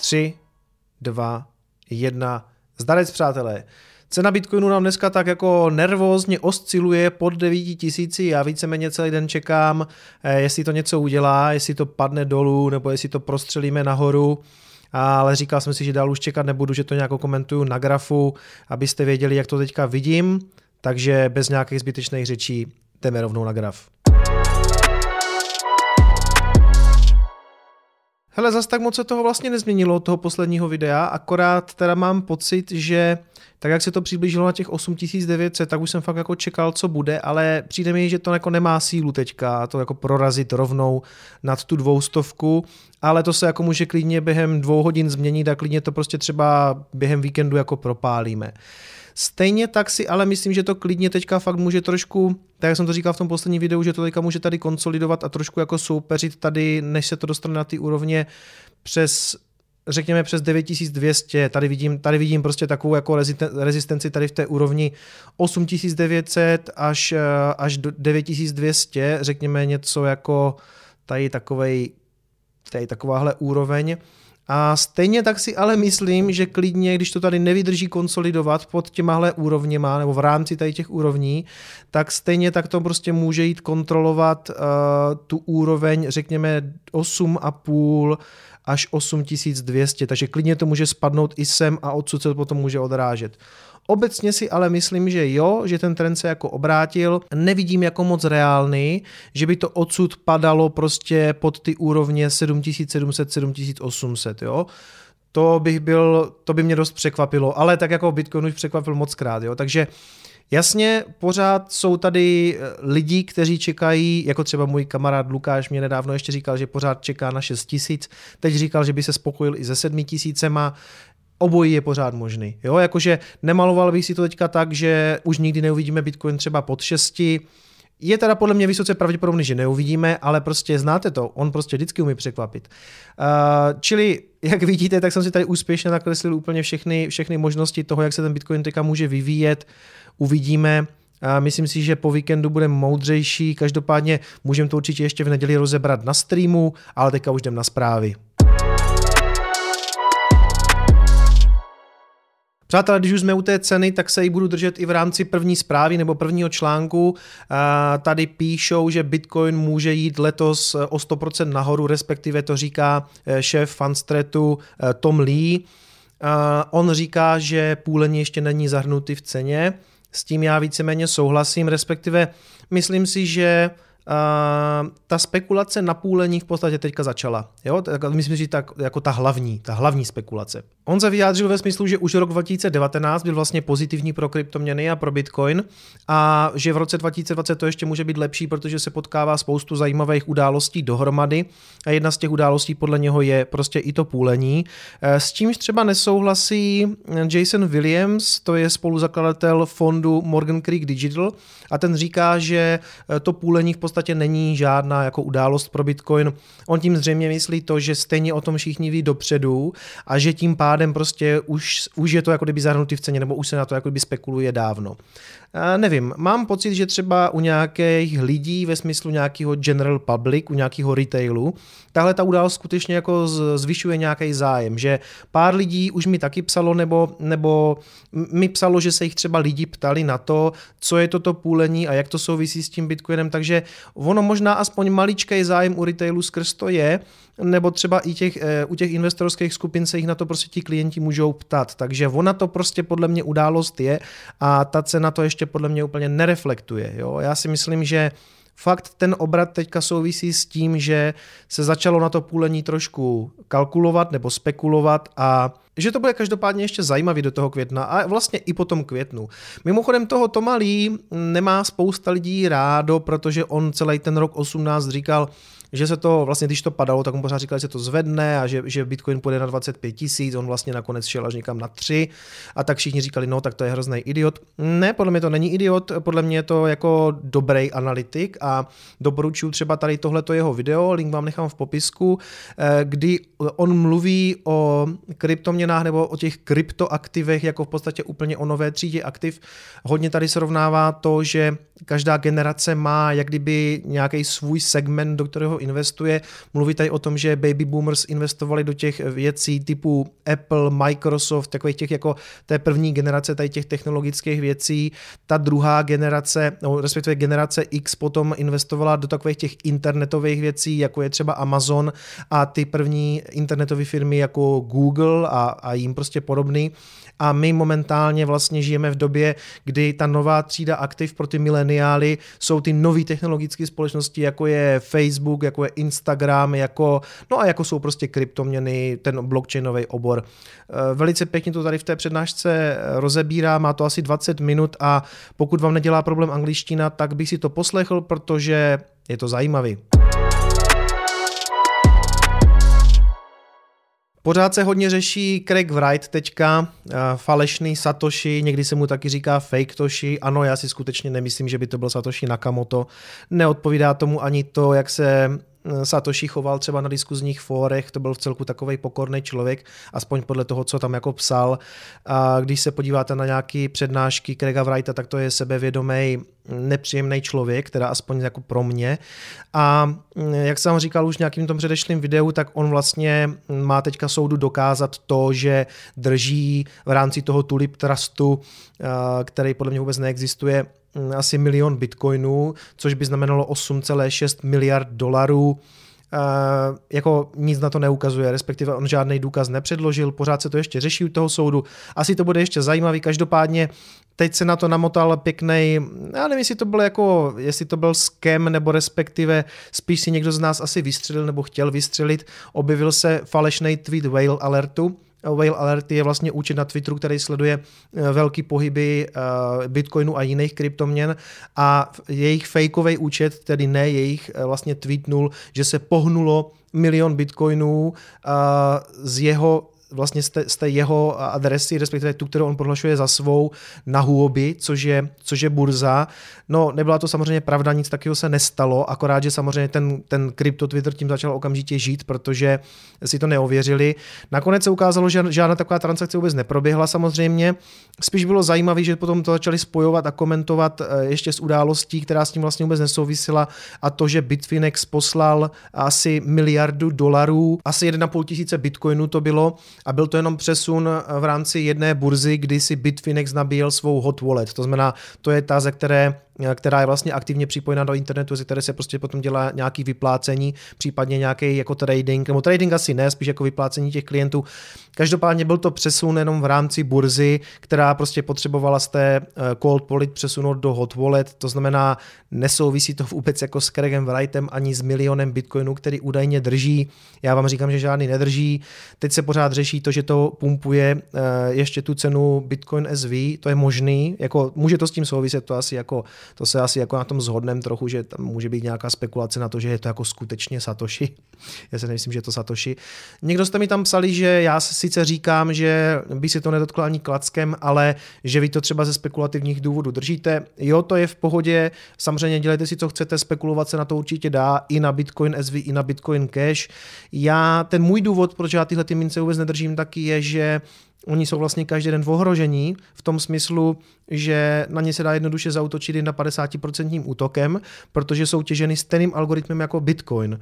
3, 2, 1. Zdarec, přátelé. Cena Bitcoinu nám dneska tak jako nervózně osciluje pod 9000. Já víceméně celý den čekám, jestli to něco udělá, jestli to padne dolů, nebo jestli to prostřelíme nahoru. Ale říkal jsem si, že dál už čekat nebudu, že to nějak komentuju na grafu, abyste věděli, jak to teďka vidím. Takže bez nějakých zbytečných řečí jdeme rovnou na graf. Hele, zas tak moc se toho vlastně nezměnilo od toho posledního videa, akorát teda mám pocit, že tak jak se to přiblížilo na těch 8900, tak už jsem fakt jako čekal, co bude, ale přijde mi, že to jako nemá sílu teďka, to jako prorazit rovnou nad tu 200, ale to se jako může klidně během 2 hodin změnit a klidně to prostě třeba během víkendu jako propálíme. Stejně tak si ale myslím, že to klidně teďka fakt může trošku, tak jak jsem to říkal v tom posledním videu, že to teďka může tady konsolidovat a trošku jako soupeřit tady, než se to dostane na ty úrovně řekněme přes 9200, tady vidím prostě takovou jako rezistenci tady v té úrovni 8900 až do 9200, řekněme něco jako tady takováhle úroveň. A stejně tak si ale myslím, že klidně, když to tady nevydrží konsolidovat pod těmahle úrovněma nebo v rámci tady těch úrovní, tak stejně tak to prostě může jít kontrolovat tu úroveň, řekněme 8,5 až 8200, takže klidně to může spadnout i sem a odsud se to potom může odrážet. Obecně si ale myslím, že jo, že ten trend se jako obrátil, nevidím jako moc reálný, že by to odsud padalo prostě pod ty úrovně 7700, 7800, jo. To by mě dost překvapilo, ale tak jako Bitcoin už překvapil mockrát, jo, takže jasně, pořád jsou tady lidi, kteří čekají, jako třeba můj kamarád Lukáš mě nedávno ještě říkal, že pořád čeká na 6000, teď říkal, že by se spokojil i se 7000, obojí je pořád možný. Jo? Jakože nemaloval bych si to teďka tak, že už nikdy neuvidíme Bitcoin třeba pod 6. Je teda podle mě vysoce pravděpodobný, že neuvidíme, ale prostě znáte to, on prostě vždycky umí překvapit. Čili, jak vidíte, tak jsem si tady úspěšně nakreslil úplně všechny možnosti toho, jak se ten Bitcoin teďka může vyvíjet. Uvidíme. Myslím si, že po víkendu budeme moudřejší, každopádně můžeme to určitě ještě v neděli rozebrat na streamu, ale teďka už jdem na zprávy. Přátelé, když už jsme u té ceny, tak se ji budu držet i v rámci první zprávy nebo prvního článku. Tady píšou, že Bitcoin může jít letos o 100% nahoru, respektive to říká šéf Fundstrattu Tom Lee. On říká, že půlení ještě není zahrnutý v ceně. S tím já víceméně souhlasím, respektive myslím si, že ta spekulace na půlení v podstatě teďka začala. Jo? Myslím, že tak jako ta hlavní spekulace. On se vyjádřil ve smyslu, že už rok 2019 byl vlastně pozitivní pro kryptoměny a pro Bitcoin a že v roce 2020 to ještě může být lepší, protože se potkává spoustu zajímavých událostí dohromady a jedna z těch událostí podle něho je prostě i to půlení. S čímž třeba nesouhlasí Jason Williams, to je spoluzakladatel fondu Morgan Creek Digital a ten říká, že to půlení v podstatě není žádná jako událost pro Bitcoin. On tím zřejmě myslí to, že stejně o tom všichni ví dopředu a že tím pádem prostě už je to jako kdyby zahrnutý v ceně, nebo už se na to jako kdyby spekuluje dávno. Nevím, mám pocit, že třeba u nějakých lidí ve smyslu nějakého general public, u nějakého retailu, tahle ta událost skutečně jako zvyšuje nějaký zájem, že pár lidí už mi taky psalo, nebo mi psalo, že se jich třeba lidi ptali na to, co je toto půlení a jak to souvisí s tím Bitcoinem, takže ono možná aspoň maličkej zájem u retailu skrz to je, nebo třeba i u těch investorských skupin se jich na to prostě ti klienti můžou ptat, takže ona to prostě podle mě událost je a ta cena to ještě podle mě úplně nereflektuje. Jo? Já si myslím, že fakt ten obrat teďka souvisí s tím, že se začalo na to půlení trošku kalkulovat nebo spekulovat a že to bude každopádně ještě zajímavý do toho května a vlastně i po tom květnu. Mimochodem toho Toma Lee nemá spousta lidí rádo, protože on celý ten rok 18 říkal, že se to vlastně, když to padalo, tak on pořád říkal, že se to zvedne a že Bitcoin půjde na 25 000, on vlastně nakonec šel až někam na 3 a tak všichni říkali, no tak to je hrozný idiot. Ne, podle mě to není idiot, podle mě je to jako dobrý analytik a doporučuji třeba tady tohleto jeho video, link vám nechám v popisku, kdy on mluví o kryptoměnách kryptoměnách nebo o těch kryptoaktivech jako v podstatě úplně o nové třídě aktiv. Hodně tady srovnává to, že každá generace má jak kdyby nějaký svůj segment, do kterého investuje. Mluví tady o tom, že baby boomers investovali do těch věcí typu Apple, Microsoft, takových těch jako té první generace tady těch technologických věcí. Ta druhá generace, no, respektive generace X potom investovala do takových těch internetových věcí, jako je třeba Amazon a ty první internetové firmy jako Google a jim prostě podobný. A my momentálně vlastně žijeme v době, kdy ta nová třída aktiv pro ty mileniály jsou ty nový technologické společnosti, jako je Facebook, jako je Instagram, jako jsou prostě kryptoměny, ten blockchainový obor. Velice pěkně to tady v té přednášce rozebírá, má to asi 20 minut a pokud vám nedělá problém angličtina, tak bych si to poslechl, protože je to zajímavý. Pořád se hodně řeší Craig Wright teďka, falešný Satoshi, někdy se mu taky říká fake Toshi. Ano, já si skutečně nemyslím, že by to byl Satoshi Nakamoto. Neodpovídá tomu ani to, jak se Satoshi choval třeba na diskuzních fórech, to byl v celku takovej pokorný člověk, aspoň podle toho, co tam jako psal. A když se podíváte na nějaké přednášky Craiga Wrighta, tak to je sebevědomý, nepříjemný člověk, teda aspoň jako pro mě. A jak jsem říkal už v nějakým tom předešlým videu, tak on vlastně má teďka soudu dokázat to, že drží v rámci toho Tulip Trustu, který podle mě vůbec neexistuje, asi 1 milion bitcoinů, což by znamenalo 8,6 miliard dolarů. Jako nic na to neukazuje, respektive on žádný důkaz nepředložil, pořád se to ještě řeší u toho soudu. Asi to bude ještě zajímavý, každopádně teď se na to namotal pěknej, já nevím, jestli to byl scam, nebo respektive spíš si někdo z nás asi vystřelil nebo chtěl vystřelit. Objevil se falešný tweet Whale Alertu. Whale Alert je vlastně účet na Twitteru, který sleduje velký pohyby Bitcoinu a jiných kryptoměn a jejich fejkový účet, tedy ne jejich, vlastně tweetnul, že se pohnulo 1 milion Bitcoinů z jeho vlastně z té jeho adresy, respektive tu, kterou on prohlašuje za svou, na Huobi, což je burza. No, nebyla to samozřejmě pravda, nic takového se nestalo, akorát, že samozřejmě ten krypto Twitter tím začal okamžitě žít, protože si to neověřili. Nakonec se ukázalo, že žádná taková transakce vůbec neproběhla samozřejmě. Spíš bylo zajímavé, že potom to začali spojovat a komentovat ještě s událostí, která s tím vlastně vůbec nesouvisela, a to, že Bitfinex poslal asi 1 miliardu dolarů, asi 1,5 tisíce bitcoinů to bylo, a byl to jenom přesun v rámci jedné burzy, kdy si Bitfinex nabíjel svou hot wallet. To znamená, to je ta, která je vlastně aktivně připojená do internetu, ze které se prostě potom dělá nějaký vyplácení, případně nějaký jako trading, nebo trading asi ne, spíš jako vyplácení těch klientů. Každopádně byl to přesun jenom v rámci burzy, která prostě potřebovala z té cold wallet přesunout do hot wallet, to znamená, nesouvisí to vůbec jako s Craigem Wrightem ani s milionem bitcoinů, který údajně drží. Já vám říkám, že žádný nedrží. Teď se pořád řeší to, že to pumpuje ještě tu cenu Bitcoin SV, to je možný, jako může to s tím souviset, to se asi jako na tom shodneme trochu, že tam může být nějaká spekulace na to, že je to jako skutečně Satoshi. Já si nemyslím, že je to Satoshi. Někdo jste mi tam psali, že já sice říkám, že by si to nedotklo ani klackem, ale že vy to třeba ze spekulativních důvodů držíte. Jo, to je v pohodě, samozřejmě dělejte si, co chcete, spekulovat se na to určitě dá, i na Bitcoin SV, i na Bitcoin Cash. Ten můj důvod, proč já tyhle ty mince vůbec nedržím, taky je, že oni jsou vlastně každý den v ohrožení v tom smyslu, že na ně se dá jednoduše zaútočit na 50% útokem, protože jsou těženy stejným algoritmem jako Bitcoin.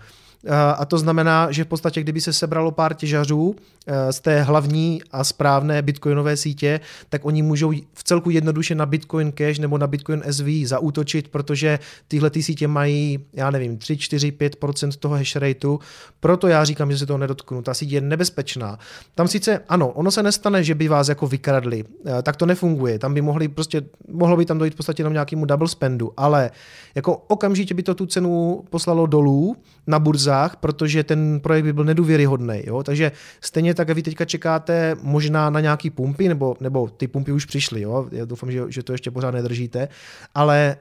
A to znamená, že v podstatě, kdyby se sebralo pár těžařů z té hlavní a správné bitcoinové sítě, tak oni můžou v celku jednoduše na Bitcoin Cash nebo na Bitcoin SV zaútočit, protože tyhle ty sítě mají, já nevím, 3, 4, 5% toho hash rateu. Proto já říkám, že se toho nedotknu. Ta síť je nebezpečná. Tam sice, ano, ono se nestane, že by vás jako vykradli. Tak to nefunguje. Tam by mohlo by tam dojít v podstatě jenom nějakému double spendu, ale jako okamžitě by to tu cenu poslalo dolů na burzách, protože ten projekt by byl nedůvěryhodný. Jo? Takže stejně tak, vy teďka čekáte možná na nějaký pumpy, nebo ty pumpy už přišly. Jo? Já doufám, že to ještě pořád nedržíte, ale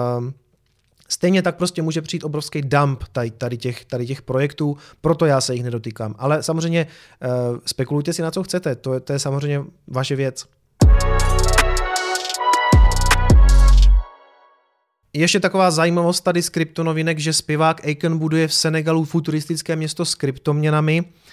stejně tak prostě může přijít obrovský dump tady těch projektů, proto já se jich nedotýkám. Ale samozřejmě spekulujte si na co chcete, to je samozřejmě vaše věc. Ještě taková zajímavost tady z kryptonovinek, že zpěvák Akon buduje v Senegalu futuristické město s kryptoměnami.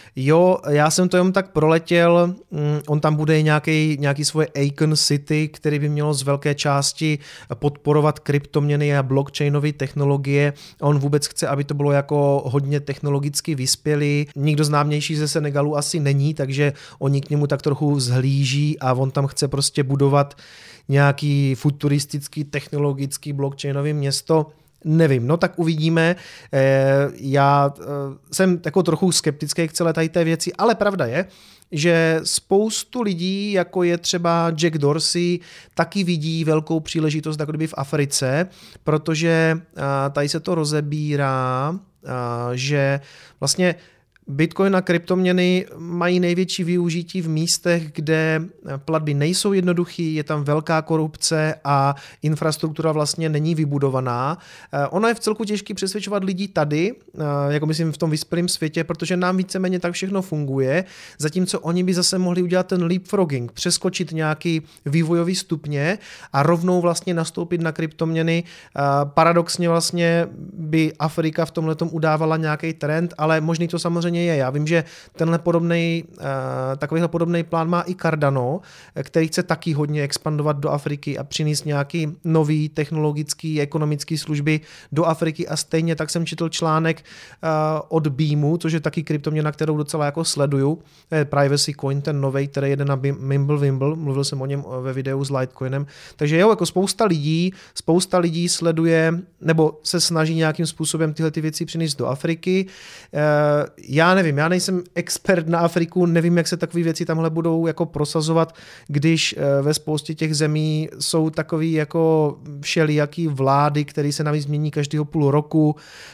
Jo, já jsem to jenom tak proletěl, on tam bude nějaký svoje Icon City, který by mělo z velké části podporovat kryptoměny a blockchainové technologie. A on vůbec chce, aby to bylo jako hodně technologicky vyspělý. Nikdo známější ze Senegalu asi není, takže oni k němu tak trochu vzhlíží a on tam chce prostě budovat nějaký futuristický, technologický blockchainový město. Nevím, no tak uvidíme. Já jsem jako trochu skeptický k celé té věci, ale pravda je, že spoustu lidí, jako je třeba Jack Dorsey, taky vidí velkou příležitost jako kdyby v Africe, protože tady se to rozebírá, že vlastně Bitcoin a kryptoměny mají největší využití v místech, kde platby nejsou jednoduché, je tam velká korupce a infrastruktura vlastně není vybudovaná. Ono je v celku těžké přesvědčovat lidi tady, jako myslím v tom vyspělém světě, protože nám víceméně tak všechno funguje, zatímco oni by zase mohli udělat ten leapfrogging, přeskočit nějaký vývojový stupně a rovnou vlastně nastoupit na kryptoměny. Paradoxně vlastně by Afrika v tomhletom udávala nějaký trend, ale možný to samozřejmě je. Já vím, že takovýhle podobný plán má i Cardano, který chce taky hodně expandovat do Afriky a přinést nějaký nový technologický, ekonomický služby do Afriky a stejně tak jsem četl článek od Beamu, což je taky kryptoměna, kterou docela jako sleduju. Privacy Coin, ten novej, který jede na Mimblewimble, mluvil jsem o něm ve videu s Litecoinem. Takže jo, jako spousta lidí sleduje nebo se snaží nějakým způsobem tyhle ty věci přinést do Afriky. Já nevím, já nejsem expert na Afriku, nevím, jak se takové věci tamhle budou jako prosazovat, když ve spoustě těch zemí jsou takový jako všelijaký vlády, které se navíc změní každého půl roku.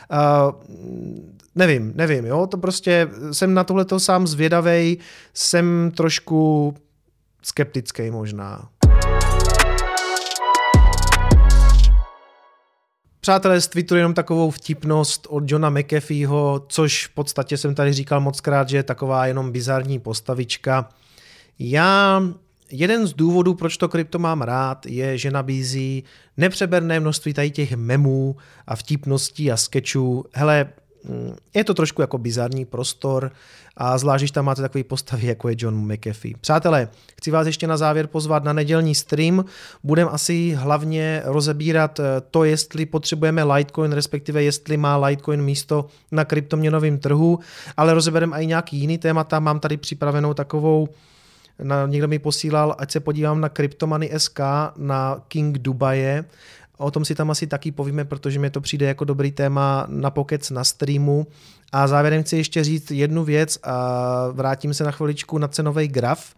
Nevím, jo, to prostě jsem na tohleto sám zvědavej, jsem trošku skeptický možná. Přátelé, z Twitteru jenom takovou vtipnost od Johna McAfeeho, což v podstatě jsem tady říkal mockrát, že je taková jenom bizarní postavička. Jeden z důvodů, proč to krypto mám rád, je, že nabízí nepřeberné množství tady těch memů a vtipností a skečů. Hele, je to trošku jako bizarní prostor a zvlášť, když tam máte takové postavy, jako je John McAfee. Přátelé, chci vás ještě na závěr pozvat na nedělní stream. Budeme asi hlavně rozebírat to, jestli potřebujeme Litecoin, respektive jestli má Litecoin místo na kryptoměnovém trhu, ale rozebereme i nějaký jiný témata. Mám tady připravenou takovou, někdo mi posílal, ať se podívám na Cryptomoney.sk, na King Dubaje. O tom si tam asi taky povíme, protože mi to přijde jako dobrý téma na pokec na streamu. A závěrem chci ještě říct jednu věc a vrátím se na chviličku na cenový graf.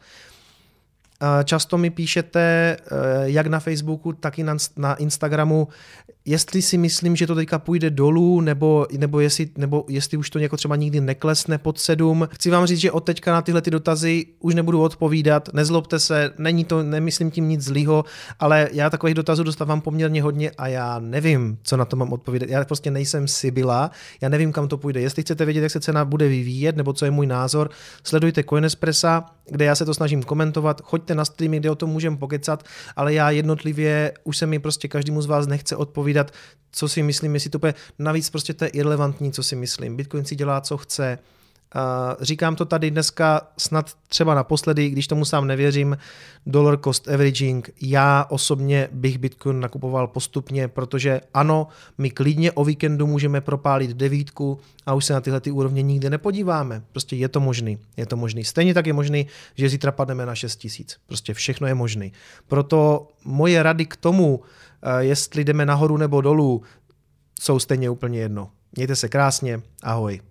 Často mi píšete, jak na Facebooku, tak i na Instagramu, jestli si myslím, že to teďka půjde dolů, nebo jestli už to jako třeba nikdy neklesne pod 7. Chci vám říct, že od teďka na tyhle ty dotazy už nebudu odpovídat, nezlobte se, nemyslím tím nic zlýho, ale já takových dotazů dostávám poměrně hodně a já nevím, co na to mám odpovídat. Já prostě nejsem Sibyla, já nevím, kam to půjde. Jestli chcete vědět, jak se cena bude vyvíjet, nebo co je můj názor, sledujte Coinespressa, kde já se to snažím komentovat, choďte na streamy, kde o tom můžeme pokecat, ale já jednotlivě už se mi prostě každému z vás nechce odpovídat, co si myslím, jestli to bude, navíc prostě to je irrelevantní, co si myslím. Bitcoin si dělá, co chce. Říkám to tady dneska snad třeba naposledy, když tomu sám nevěřím, dollar cost averaging. Já osobně bych Bitcoin nakupoval postupně, protože ano, my klidně o víkendu můžeme propálit 9 a už se na tyhle ty úrovně nikdy nepodíváme. Prostě je to možný. Stejně tak je možný, že zítra padneme na 6 000. Prostě všechno je možný. Proto moje rady k tomu, jestli jdeme nahoru nebo dolů, jsou stejně úplně jedno. Mějte se krásně, ahoj.